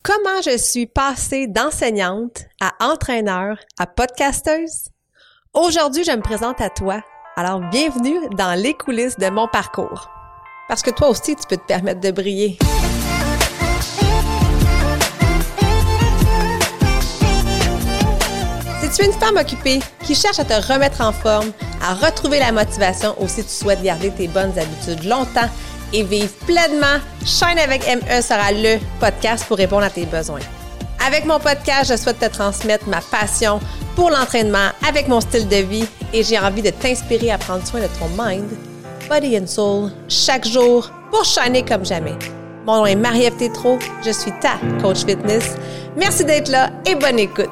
Comment je suis passée d'enseignante à entraîneur à podcasteuse? Aujourd'hui, je me présente à toi. Alors, bienvenue dans les coulisses de mon parcours. Parce que toi aussi, tu peux te permettre de briller. Si tu es une femme occupée qui cherche à te remettre en forme, à retrouver la motivation ou si tu souhaites garder tes bonnes habitudes longtemps et vivre pleinement, Shine avec ME sera le podcast pour répondre à tes besoins. Avec mon podcast, je souhaite te transmettre ma passion pour l'entraînement avec mon style de vie et j'ai envie de t'inspirer à prendre soin de ton mind, body and soul chaque jour pour shiner comme jamais. Mon nom est Marie-Ève Tétrault, je suis ta coach fitness. Merci d'être là et bonne écoute.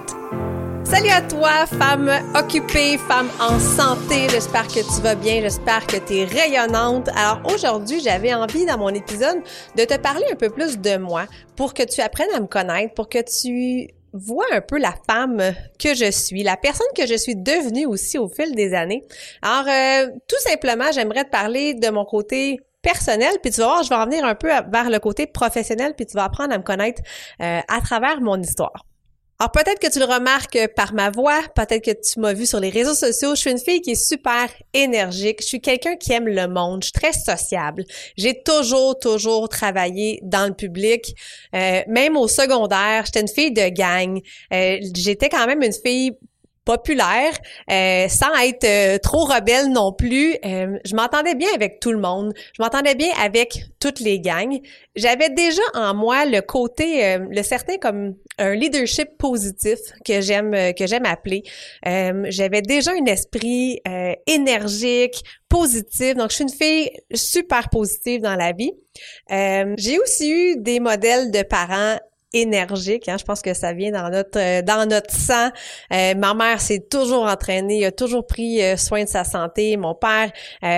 Salut à toi, femme occupée, femme en santé. J'espère que tu vas bien, j'espère que tu es rayonnante. Alors aujourd'hui, j'avais envie dans mon épisode de te parler un peu plus de moi pour que tu apprennes à me connaître, pour que tu vois un peu la femme que je suis, la personne que je suis devenue aussi au fil des années. Alors, tout simplement, j'aimerais te parler de mon côté personnel, puis tu vas voir, je vais en venir un peu vers le côté professionnel, puis tu vas apprendre à me connaître à travers mon histoire. Alors, peut-être que tu le remarques par ma voix, peut-être que tu m'as vu sur les réseaux sociaux. Je suis une fille qui est super énergique. Je suis quelqu'un qui aime le monde. Je suis très sociable. J'ai toujours travaillé dans le public. Même au secondaire, j'étais une fille de gang. J'étais quand même une fille populaire, sans être trop rebelle non plus. Je m'entendais bien avec tout le monde. Je m'entendais bien avec toutes les gangs. J'avais déjà en moi le côté, le certain comme un leadership positif que j'aime appeler. J'avais déjà un esprit énergique, positif. Donc, je suis une fille super positive dans la vie. J'ai aussi eu des modèles de parents énergique, hein. Je pense que ça vient dans notre sang. Ma mère s'est toujours entraînée, a toujours pris soin de sa santé. Mon père,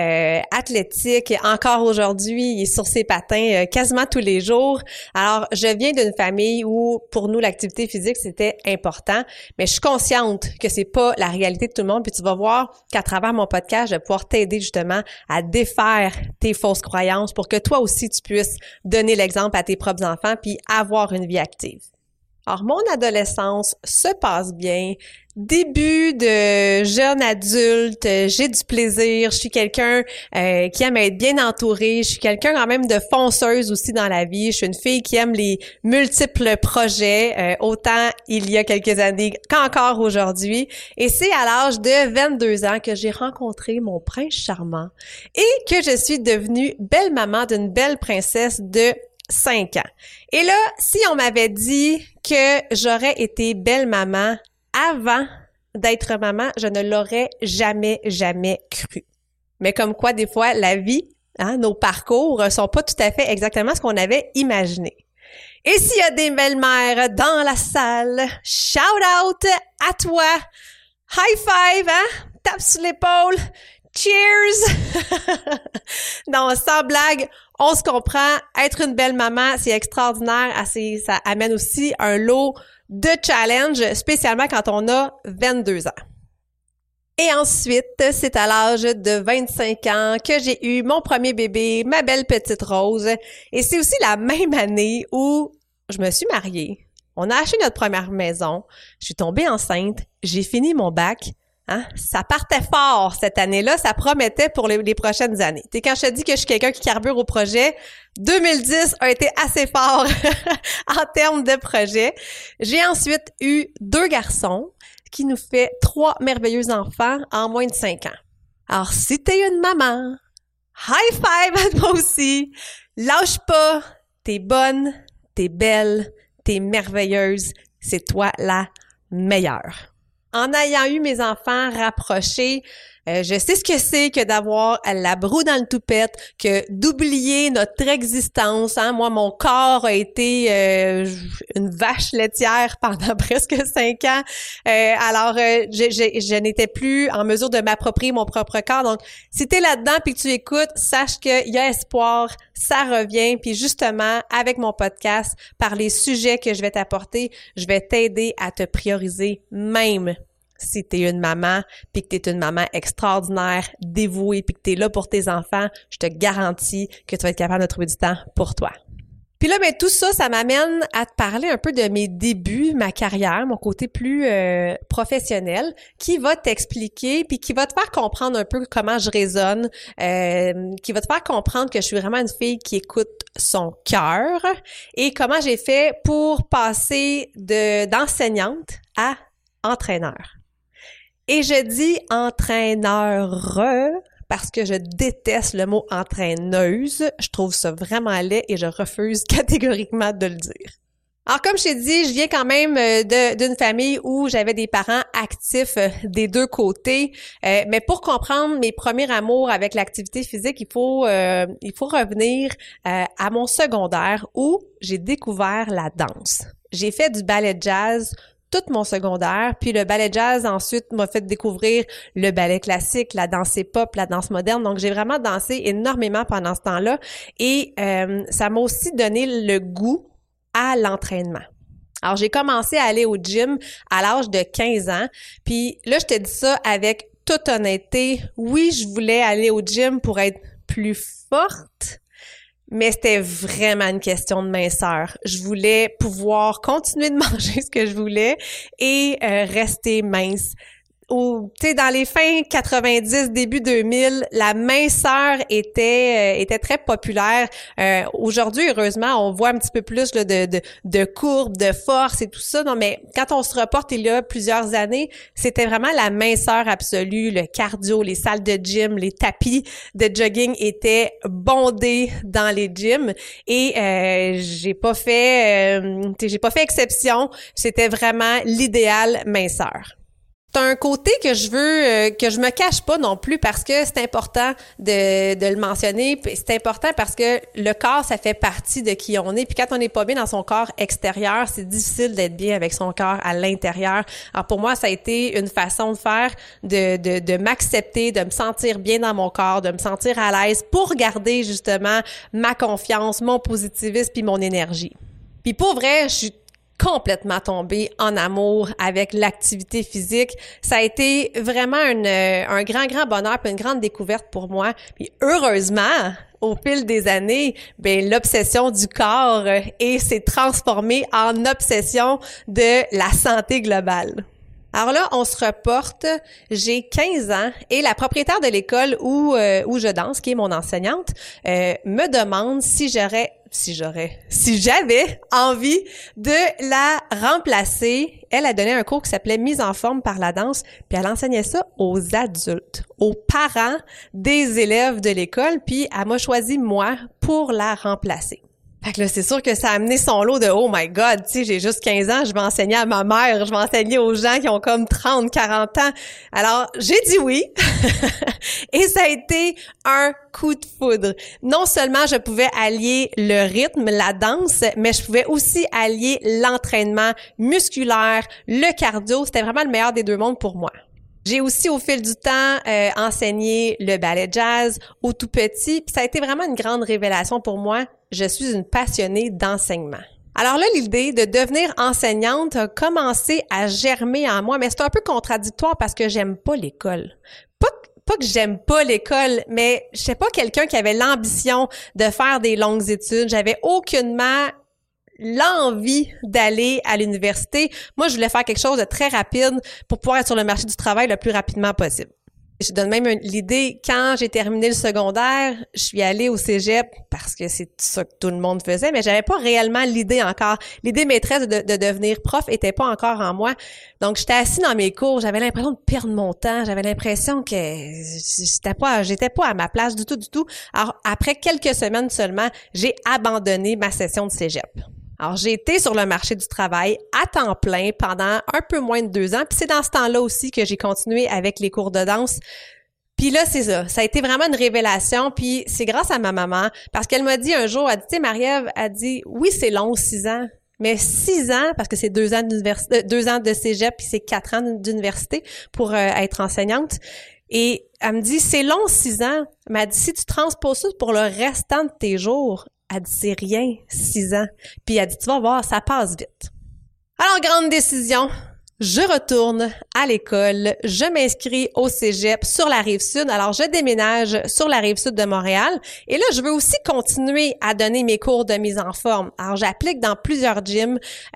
athlétique, encore aujourd'hui, il est sur ses patins quasiment tous les jours. Alors, je viens d'une famille où, pour nous, l'activité physique, c'était important, mais je suis consciente que c'est pas la réalité de tout le monde. Puis tu vas voir qu'à travers mon podcast, je vais pouvoir t'aider justement à défaire tes fausses croyances pour que toi aussi, tu puisses donner l'exemple à tes propres enfants puis avoir une vie active. Alors, mon adolescence se passe bien. Début de jeune adulte, j'ai du plaisir. Je suis quelqu'un qui aime être bien entourée. Je suis quelqu'un quand même de fonceuse aussi dans la vie. Je suis une fille qui aime les multiples projets, autant il y a quelques années qu'encore aujourd'hui. Et c'est à l'âge de 22 ans que j'ai rencontré mon prince charmant et que je suis devenue belle maman d'une belle princesse de 5 ans. Et là, si on m'avait dit que j'aurais été belle maman avant d'être maman, je ne l'aurais jamais cru. Mais comme quoi, des fois, la vie, hein, nos parcours sont pas tout à fait exactement ce qu'on avait imaginé. Et s'il y a des belles-mères dans la salle, shout out à toi! High five, hein? Tape sur l'épaule! Cheers! Non, sans blague, on se comprend. Être une belle maman, c'est extraordinaire. Ça amène aussi un lot de challenge, spécialement quand on a 22 ans. Et ensuite, c'est à l'âge de 25 ans que j'ai eu mon premier bébé, ma belle petite Rose. Et c'est aussi la même année où je me suis mariée. On a acheté notre première maison. Je suis tombée enceinte. J'ai fini mon bac. Hein? Ça partait fort cette année-là, ça promettait pour les prochaines années. T'sais, quand je te dis que je suis quelqu'un qui carbure au projet, 2010 a été assez fort en termes de projet. J'ai ensuite eu 2 garçons qui nous fait 3 merveilleux enfants en moins de 5 ans. Alors, si t'es une maman, high five à toi aussi, lâche pas, t'es bonne, t'es belle, t'es merveilleuse, c'est toi la meilleure. En ayant eu mes enfants rapprochés, je sais ce que c'est que d'avoir la broue dans le toupette, que d'oublier notre existence. Hein? Moi, mon corps a été une vache laitière pendant presque 5 ans. Alors, je n'étais plus en mesure de m'approprier mon propre corps. Donc, si t'es là-dedans puis que tu écoutes, sache qu'il y a espoir, ça revient. Puis justement, avec mon podcast, par les sujets que je vais t'apporter, je vais t'aider à te prioriser même si t'es une maman, puis que t'es une maman extraordinaire, dévouée, puis que t'es là pour tes enfants, je te garantis que tu vas être capable de trouver du temps pour toi. Puis là, tout ça, ça m'amène à te parler un peu de mes débuts, ma carrière, mon côté plus professionnel, qui va t'expliquer, puis qui va te faire comprendre un peu comment je raisonne, qui va te faire comprendre que je suis vraiment une fille qui écoute son cœur, et comment j'ai fait pour passer d'enseignante à entraîneur. Et je dis entraîneur parce que je déteste le mot entraîneuse. Je trouve ça vraiment laid et je refuse catégoriquement de le dire. Alors, comme je t'ai dit, je viens quand même d'une famille où j'avais des parents actifs des deux côtés. Mais pour comprendre mes premiers amours avec l'activité physique, il faut revenir à mon secondaire où j'ai découvert la danse. J'ai fait du ballet jazz tout mon secondaire, puis le ballet jazz ensuite m'a fait découvrir le ballet classique, la danse hip-hop, la danse moderne. Donc, j'ai vraiment dansé énormément pendant ce temps-là et ça m'a aussi donné le goût à l'entraînement. Alors, j'ai commencé à aller au gym à l'âge de 15 ans, puis là, je te dis ça avec toute honnêteté. Oui, je voulais aller au gym pour être plus forte, mais c'était vraiment une question de minceur. Je voulais pouvoir continuer de manger ce que je voulais et rester mince. Tu sais, dans les fins 90, début 2000, la minceur était très populaire. Aujourd'hui, heureusement, on voit un petit peu plus là, de courbes, de force et tout ça. Non, mais quand on se reporte il y a plusieurs années, c'était vraiment la minceur absolue, le cardio, les salles de gym, les tapis de jogging étaient bondés dans les gyms. Et j'ai pas fait exception. C'était vraiment l'idéal minceur. C'est un côté que je me cache pas non plus parce que c'est important de le mentionner. C'est important parce que le corps, ça fait partie de qui on est. Puis quand on n'est pas bien dans son corps extérieur, c'est difficile d'être bien avec son corps à l'intérieur. Alors pour moi, ça a été une façon de faire, de m'accepter, de me sentir bien dans mon corps, de me sentir à l'aise pour garder justement ma confiance, mon positivisme puis mon énergie. Puis pour vrai, je suis complètement tombée en amour avec l'activité physique. Ça a été vraiment un grand bonheur puis une grande découverte pour moi. Puis heureusement, au fil des années, l'obsession du corps s'est transformée en obsession de la santé globale. Alors là, on se reporte, j'ai 15 ans et la propriétaire de l'école où je danse, qui est mon enseignante, me demande si j'avais envie de la remplacer. Elle a donné un cours qui s'appelait Mise en forme par la danse, puis elle enseignait ça aux adultes, aux parents des élèves de l'école, puis elle m'a choisi moi pour la remplacer. Fait que là, c'est sûr que ça a amené son lot de « Oh my God, tu sais, j'ai juste 15 ans, je vais enseigner à ma mère, je vais enseigner aux gens qui ont comme 30, 40 ans. » Alors, j'ai dit oui et ça a été un coup de foudre. Non seulement je pouvais allier le rythme, la danse, mais je pouvais aussi allier l'entraînement musculaire, le cardio. C'était vraiment le meilleur des deux mondes pour moi. J'ai aussi, au fil du temps, enseigné le ballet jazz au tout petit. Puis ça a été vraiment une grande révélation pour moi. Je suis une passionnée d'enseignement. Alors là, l'idée de devenir enseignante a commencé à germer en moi, mais c'est un peu contradictoire parce que j'aime pas l'école. Pas que j'aime pas l'école, mais je sais pas, quelqu'un qui avait l'ambition de faire des longues études. J'avais aucunement l'envie d'aller à l'université. Moi, je voulais faire quelque chose de très rapide pour pouvoir être sur le marché du travail le plus rapidement possible. Je donne même l'idée, quand j'ai terminé le secondaire, je suis allée au cégep parce que c'est ça que tout le monde faisait, mais j'avais pas réellement l'idée encore. L'idée maîtresse de devenir prof était pas encore en moi. Donc, j'étais assise dans mes cours, j'avais l'impression de perdre mon temps, j'avais l'impression que j'étais pas à ma place du tout. Alors, après quelques semaines seulement, j'ai abandonné ma session de cégep. Alors, j'ai été sur le marché du travail à temps plein pendant un peu moins de 2 ans. Puis c'est dans ce temps-là aussi que j'ai continué avec les cours de danse. Puis là, c'est ça. Ça a été vraiment une révélation. Puis c'est grâce à ma maman. Parce qu'elle m'a dit un jour, elle dit, tu sais, Marie-Ève, elle dit, oui, c'est long, 6 ans. Mais 6 ans, parce que c'est 2 ans d'université, 2 ans de cégep, puis c'est 4 ans d'université pour être enseignante. Et elle me dit, c'est long, 6 ans. Mais elle dit, si tu transposes ça pour le restant de tes jours, elle dit, c'est rien, 6 ans. Puis elle dit, tu vas voir, ça passe vite. Alors, grande décision. Je retourne à l'école, je m'inscris au cégep sur la Rive-Sud. Alors, je déménage sur la Rive-Sud de Montréal. Et là, je veux aussi continuer à donner mes cours de mise en forme. Alors, j'applique dans plusieurs gyms.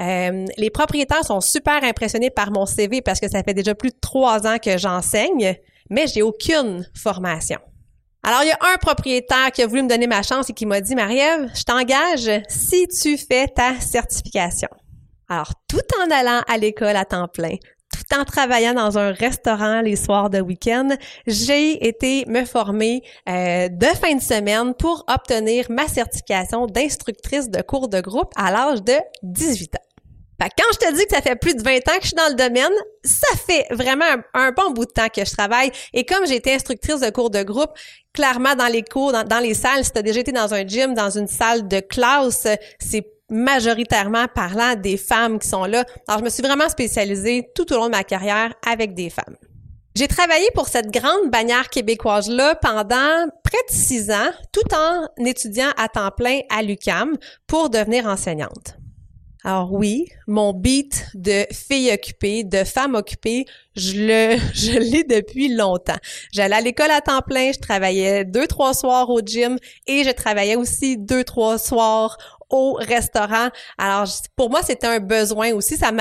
Les propriétaires sont super impressionnés par mon CV parce que ça fait déjà plus de 3 ans que j'enseigne, mais j'ai aucune formation. Alors, il y a un propriétaire qui a voulu me donner ma chance et qui m'a dit « Marie-Ève, je t'engage si tu fais ta certification. » Alors, tout en allant à l'école à temps plein, tout en travaillant dans un restaurant les soirs de week-end, j'ai été me former de fin de semaine pour obtenir ma certification d'instructrice de cours de groupe à l'âge de 18 ans. Fait que quand je te dis que ça fait plus de 20 ans que je suis dans le domaine, ça fait vraiment un bon bout de temps que je travaille. Et comme j'ai été instructrice de cours de groupe, clairement dans les cours, dans les salles, si tu as déjà été dans un gym, dans une salle de classe, c'est majoritairement parlant des femmes qui sont là. Alors, je me suis vraiment spécialisée tout au long de ma carrière avec des femmes. J'ai travaillé pour cette grande bannière québécoise-là pendant près de 6 ans, tout en étudiant à temps plein à l'UQAM pour devenir enseignante. Alors oui, mon beat de fille occupée, de femme occupée, je l'ai depuis longtemps. J'allais à l'école à temps plein, je travaillais 2-3 soirs au gym et je travaillais aussi 2-3 soirs au restaurant. Alors, pour moi, c'était un besoin aussi. Ça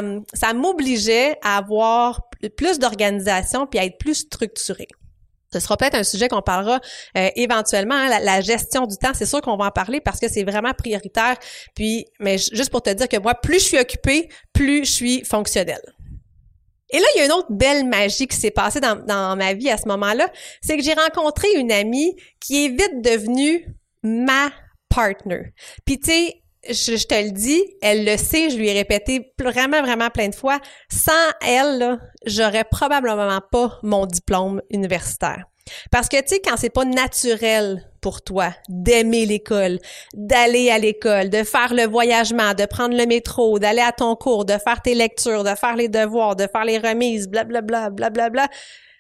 m'obligeait à avoir plus d'organisation puis à être plus structurée. Ce sera peut-être un sujet qu'on parlera éventuellement, hein, la gestion du temps. C'est sûr qu'on va en parler parce que c'est vraiment prioritaire. Mais juste pour te dire que moi, plus je suis occupée, plus je suis fonctionnelle. Et là, il y a une autre belle magie qui s'est passée dans ma vie à ce moment-là. C'est que j'ai rencontré une amie qui est vite devenue ma partner. Puis tu sais, je te le dis, elle le sait, je lui ai répété vraiment, vraiment plein de fois. Sans elle, là, j'aurais probablement pas mon diplôme universitaire. Parce que, tu sais, quand c'est pas naturel pour toi d'aimer l'école, d'aller à l'école, de faire le voyagement, de prendre le métro, d'aller à ton cours, de faire tes lectures, de faire les devoirs, de faire les remises, blablabla, blablabla,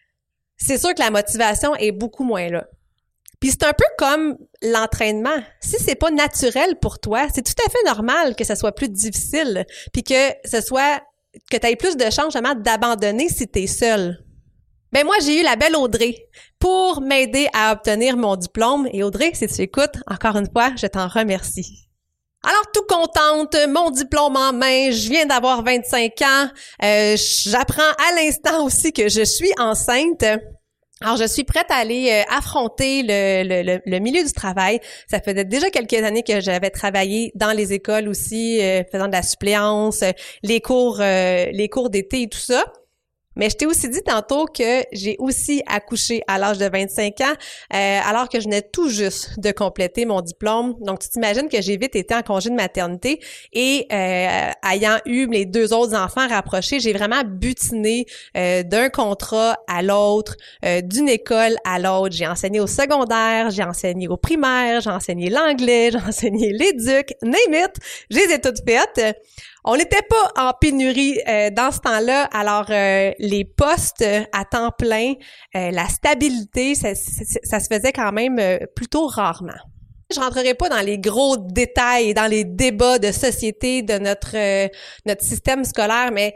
c'est sûr que la motivation est beaucoup moins là. Puis c'est un peu comme l'entraînement. Si c'est pas naturel pour toi, c'est tout à fait normal que ça soit plus difficile, puis que tu aies plus de chances justement d'abandonner si tu es seul. Ben moi, j'ai eu la belle Audrey pour m'aider à obtenir mon diplôme. Et Audrey, si tu écoutes, encore une fois, je t'en remercie. Alors, tout contente, mon diplôme en main, je viens d'avoir 25 ans. J'apprends à l'instant aussi que je suis enceinte. Alors, je suis prête à aller affronter le milieu du travail. Ça faisait déjà quelques années que j'avais travaillé dans les écoles aussi, faisant de la suppléance, les cours d'été et tout ça. Mais je t'ai aussi dit tantôt que j'ai aussi accouché à l'âge de 25 ans, alors que je venais tout juste de compléter mon diplôme. Donc, tu t'imagines que j'ai vite été en congé de maternité et ayant eu les 2 autres enfants rapprochés, j'ai vraiment butiné d'un contrat à l'autre, d'une école à l'autre. J'ai enseigné au secondaire, j'ai enseigné au primaire, j'ai enseigné l'anglais, j'ai enseigné l'éduc, name it, je les ai toutes faites. On n'était pas en pénurie dans ce temps-là, alors les postes à temps plein, la stabilité, ça se faisait quand même plutôt rarement. Je rentrerai pas dans les gros détails et dans les débats de société de notre système scolaire, mais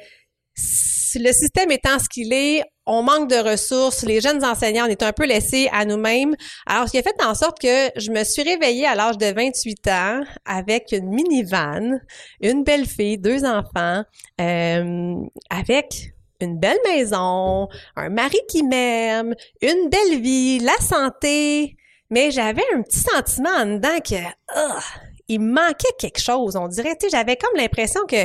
le système étant ce qu'il est, on manque de ressources, les jeunes enseignants, on est un peu laissés à nous-mêmes. Alors, ce qui a fait en sorte que je me suis réveillée à l'âge de 28 ans avec une minivan, une belle fille, 2 enfants, avec une belle maison, un mari qui m'aime, une belle vie, la santé. Mais j'avais un petit sentiment en dedans que il me manquait quelque chose. On dirait, tu sais, j'avais comme l'impression que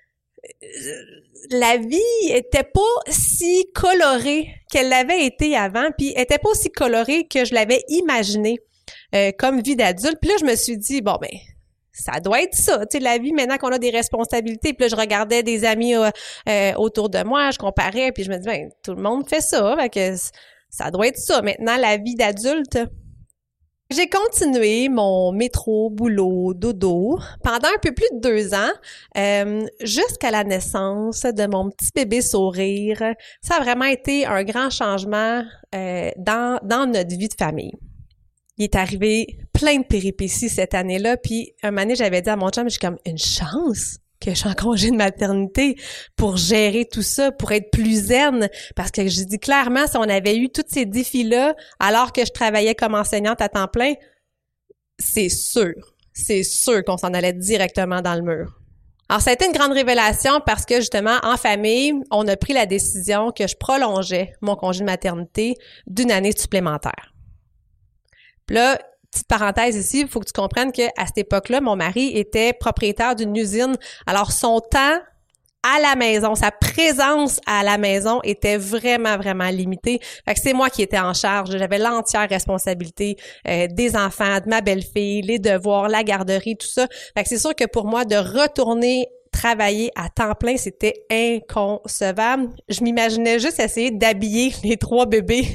la vie était pas si colorée qu'elle l'avait été avant, puis était pas aussi colorée que je l'avais imaginée comme vie d'adulte. Puis là, je me suis dit, bon, ben, ça doit être ça, tu sais, la vie maintenant qu'on a des responsabilités. Puis là, je regardais des amis autour de moi, je comparais, puis je me dis, ben, tout le monde fait ça, fait que ça doit être ça. Maintenant, la vie d'adulte. J'ai continué mon métro, boulot, dodo pendant un peu plus de 2 ans, jusqu'à la naissance de mon petit bébé sourire. Ça a vraiment été un grand changement dans notre vie de famille. Il est arrivé plein de péripéties cette année-là, puis un moment donné, j'avais dit à mon chum, j'ai comme une chance. que je suis en congé de maternité pour gérer tout ça, pour être plus zen. Parce que je dis clairement, si on avait eu tous ces défis-là alors que je travaillais comme enseignante à temps plein, c'est sûr qu'on s'en allait directement dans le mur. Alors, ça a été une grande révélation parce que, justement, en famille, on a pris la décision que je prolongeais mon congé de maternité d'1 année supplémentaire. Puis là, petite parenthèse ici, il faut que tu comprennes qu'à cette époque-là, mon mari était propriétaire d'une usine. Alors, son temps à la maison, sa présence à la maison était vraiment, vraiment limitée. Fait que c'est moi qui étais en charge. J'avais l'entière responsabilité des enfants, de ma belle-fille, les devoirs, la garderie, tout ça. Fait que c'est sûr que pour moi, de retourner travailler à temps plein, c'était inconcevable. Je m'imaginais juste essayer d'habiller les 3 bébés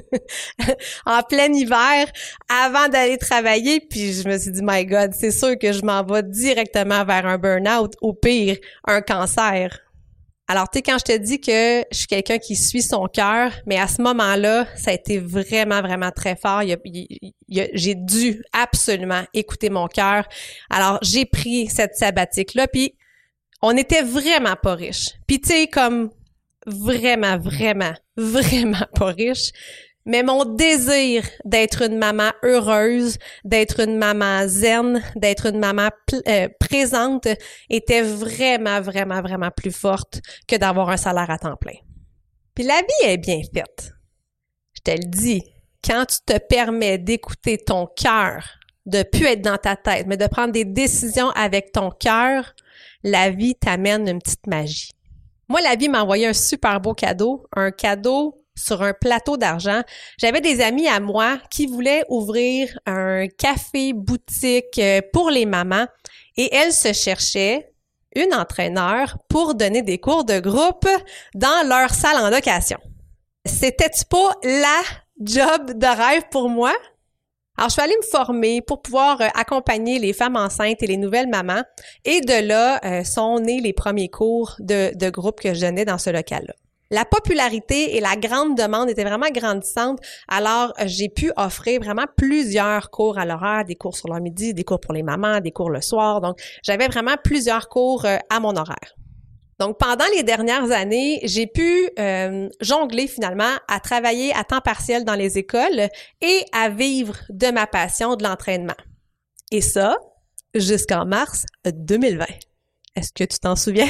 en plein hiver avant d'aller travailler, puis je me suis dit, my God, c'est sûr que je m'en vais directement vers un burn-out, au pire, un cancer. Alors, tu sais, quand je te dis que je suis quelqu'un qui suit son cœur, mais à ce moment-là, ça a été vraiment, vraiment très fort. J'ai dû absolument écouter mon cœur. Alors, j'ai pris cette sabbatique-là, puis on n'était vraiment pas riches. Puis tu sais, comme vraiment, vraiment, vraiment pas riche. Mais mon désir d'être une maman heureuse, d'être une maman zen, d'être une maman présente était vraiment, vraiment, vraiment plus forte que d'avoir un salaire à temps plein. Puis la vie est bien faite. Je te le dis, quand tu te permets d'écouter ton cœur, de plus être dans ta tête, mais de prendre des décisions avec ton cœur, la vie t'amène une petite magie. Moi, la vie m'a envoyé un super beau cadeau, un cadeau sur un plateau d'argent. J'avais des amis à moi qui voulaient ouvrir un café-boutique pour les mamans et elles se cherchaient une entraîneur pour donner des cours de groupe dans leur salle en location. C'était-tu pas la job de rêve pour moi? Alors, je suis allée me former pour pouvoir accompagner les femmes enceintes et les nouvelles mamans. Et de là, sont nés les premiers cours de groupe que je donnais dans ce local-là. La popularité et la grande demande étaient vraiment grandissantes. Alors, j'ai pu offrir vraiment plusieurs cours à l'horaire, des cours sur le midi, des cours pour les mamans, des cours le soir. Donc, j'avais vraiment plusieurs cours à mon horaire. Donc, pendant les dernières années, j'ai pu jongler finalement à travailler à temps partiel dans les écoles et à vivre de ma passion de l'entraînement. Et ça, jusqu'en mars 2020. Est-ce que tu t'en souviens?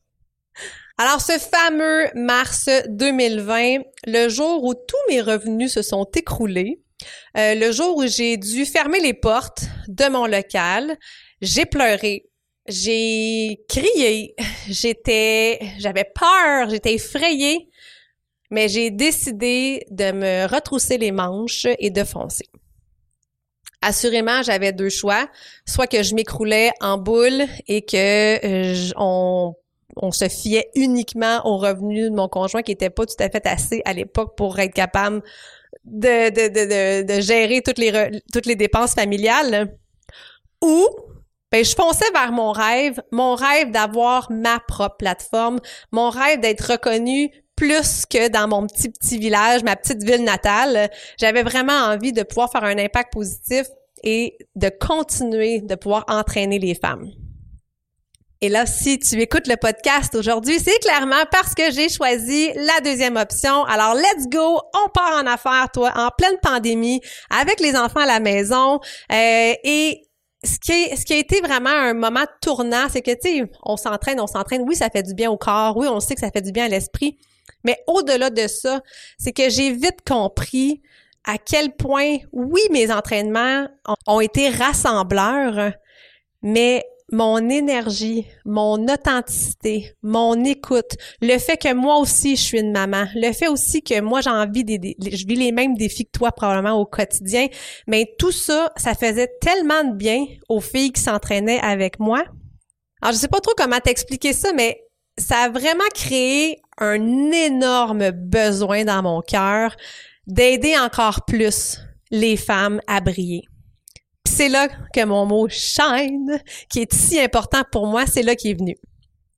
Alors, ce fameux mars 2020, le jour où tous mes revenus se sont écroulés, le jour où j'ai dû fermer les portes de mon local, j'ai pleuré. J'ai crié, j'avais peur, j'étais effrayée, mais j'ai décidé de me retrousser les manches et de foncer. Assurément, j'avais 2 choix, soit que je m'écroulais en boule et que on se fiait uniquement aux revenus de mon conjoint qui était pas tout à fait assez à l'époque pour être capable de gérer toutes les dépenses familiales, ou je fonçais vers mon rêve d'avoir ma propre plateforme, mon rêve d'être reconnue plus que dans mon petit village, ma petite ville natale. J'avais vraiment envie de pouvoir faire un impact positif et de continuer de pouvoir entraîner les femmes. Et là, si tu écoutes le podcast aujourd'hui, c'est clairement parce que j'ai choisi la deuxième option. Alors, let's go! On part en affaires, toi, en pleine pandémie, avec les enfants à la maison, et ce qui a été vraiment un moment tournant, c'est que, tu sais, on s'entraîne. Oui, ça fait du bien au corps. Oui, on sait que ça fait du bien à l'esprit. Mais au-delà de ça, c'est que j'ai vite compris à quel point, oui, mes entraînements ont été rassembleurs, mais mon énergie, mon authenticité, mon écoute, le fait que moi aussi je suis une maman, le fait aussi que moi je vis les mêmes défis que toi probablement au quotidien, mais tout ça, ça faisait tellement de bien aux filles qui s'entraînaient avec moi. Alors je sais pas trop comment t'expliquer ça, mais ça a vraiment créé un énorme besoin dans mon cœur d'aider encore plus les femmes à briller. C'est là que mon mot « shine », qui est si important pour moi, c'est là qui est venu.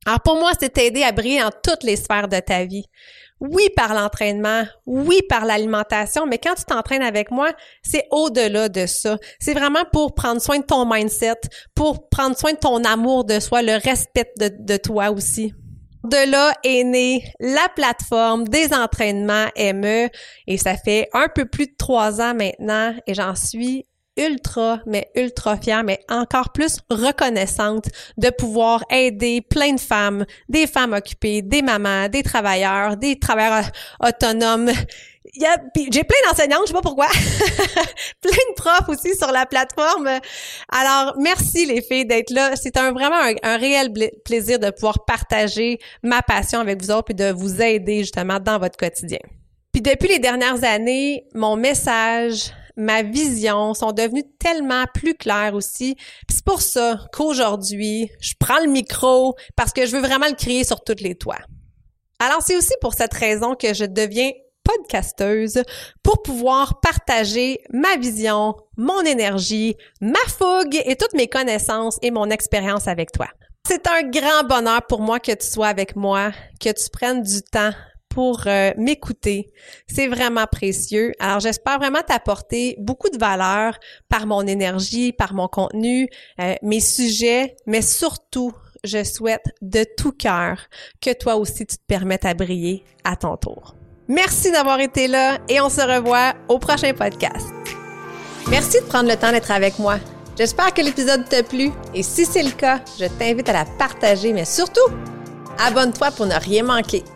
Alors pour moi, c'est t'aider à briller dans toutes les sphères de ta vie. Oui, par l'entraînement, oui, par l'alimentation, mais quand tu t'entraînes avec moi, c'est au-delà de ça. C'est vraiment pour prendre soin de ton mindset, pour prendre soin de ton amour de soi, le respect de toi aussi. De là est née la plateforme des entraînements ME et ça fait un peu plus de 3 ans maintenant et j'en suis ultra fière, mais encore plus reconnaissante de pouvoir aider plein de femmes, des femmes occupées, des mamans, des travailleurs autonomes. J'ai plein d'enseignantes, je sais pas pourquoi. Plein de profs aussi sur la plateforme. Alors, merci les filles d'être là. C'est vraiment un réel plaisir de pouvoir partager ma passion avec vous autres et de vous aider justement dans votre quotidien. Puis depuis les dernières années, mon message, ma vision sont devenues tellement plus claires aussi. Puis c'est pour ça qu'aujourd'hui, je prends le micro parce que je veux vraiment le crier sur tous les toits. Alors c'est aussi pour cette raison que je deviens podcasteuse pour pouvoir partager ma vision, mon énergie, ma fougue et toutes mes connaissances et mon expérience avec toi. C'est un grand bonheur pour moi que tu sois avec moi, que tu prennes du temps pour m'écouter. C'est vraiment précieux. Alors, j'espère vraiment t'apporter beaucoup de valeur par mon énergie, par mon contenu, mes sujets, mais surtout, je souhaite de tout cœur que toi aussi, tu te permettes à briller à ton tour. Merci d'avoir été là et on se revoit au prochain podcast. Merci de prendre le temps d'être avec moi. J'espère que l'épisode t'a plu et si c'est le cas, je t'invite à la partager, mais surtout, abonne-toi pour ne rien manquer.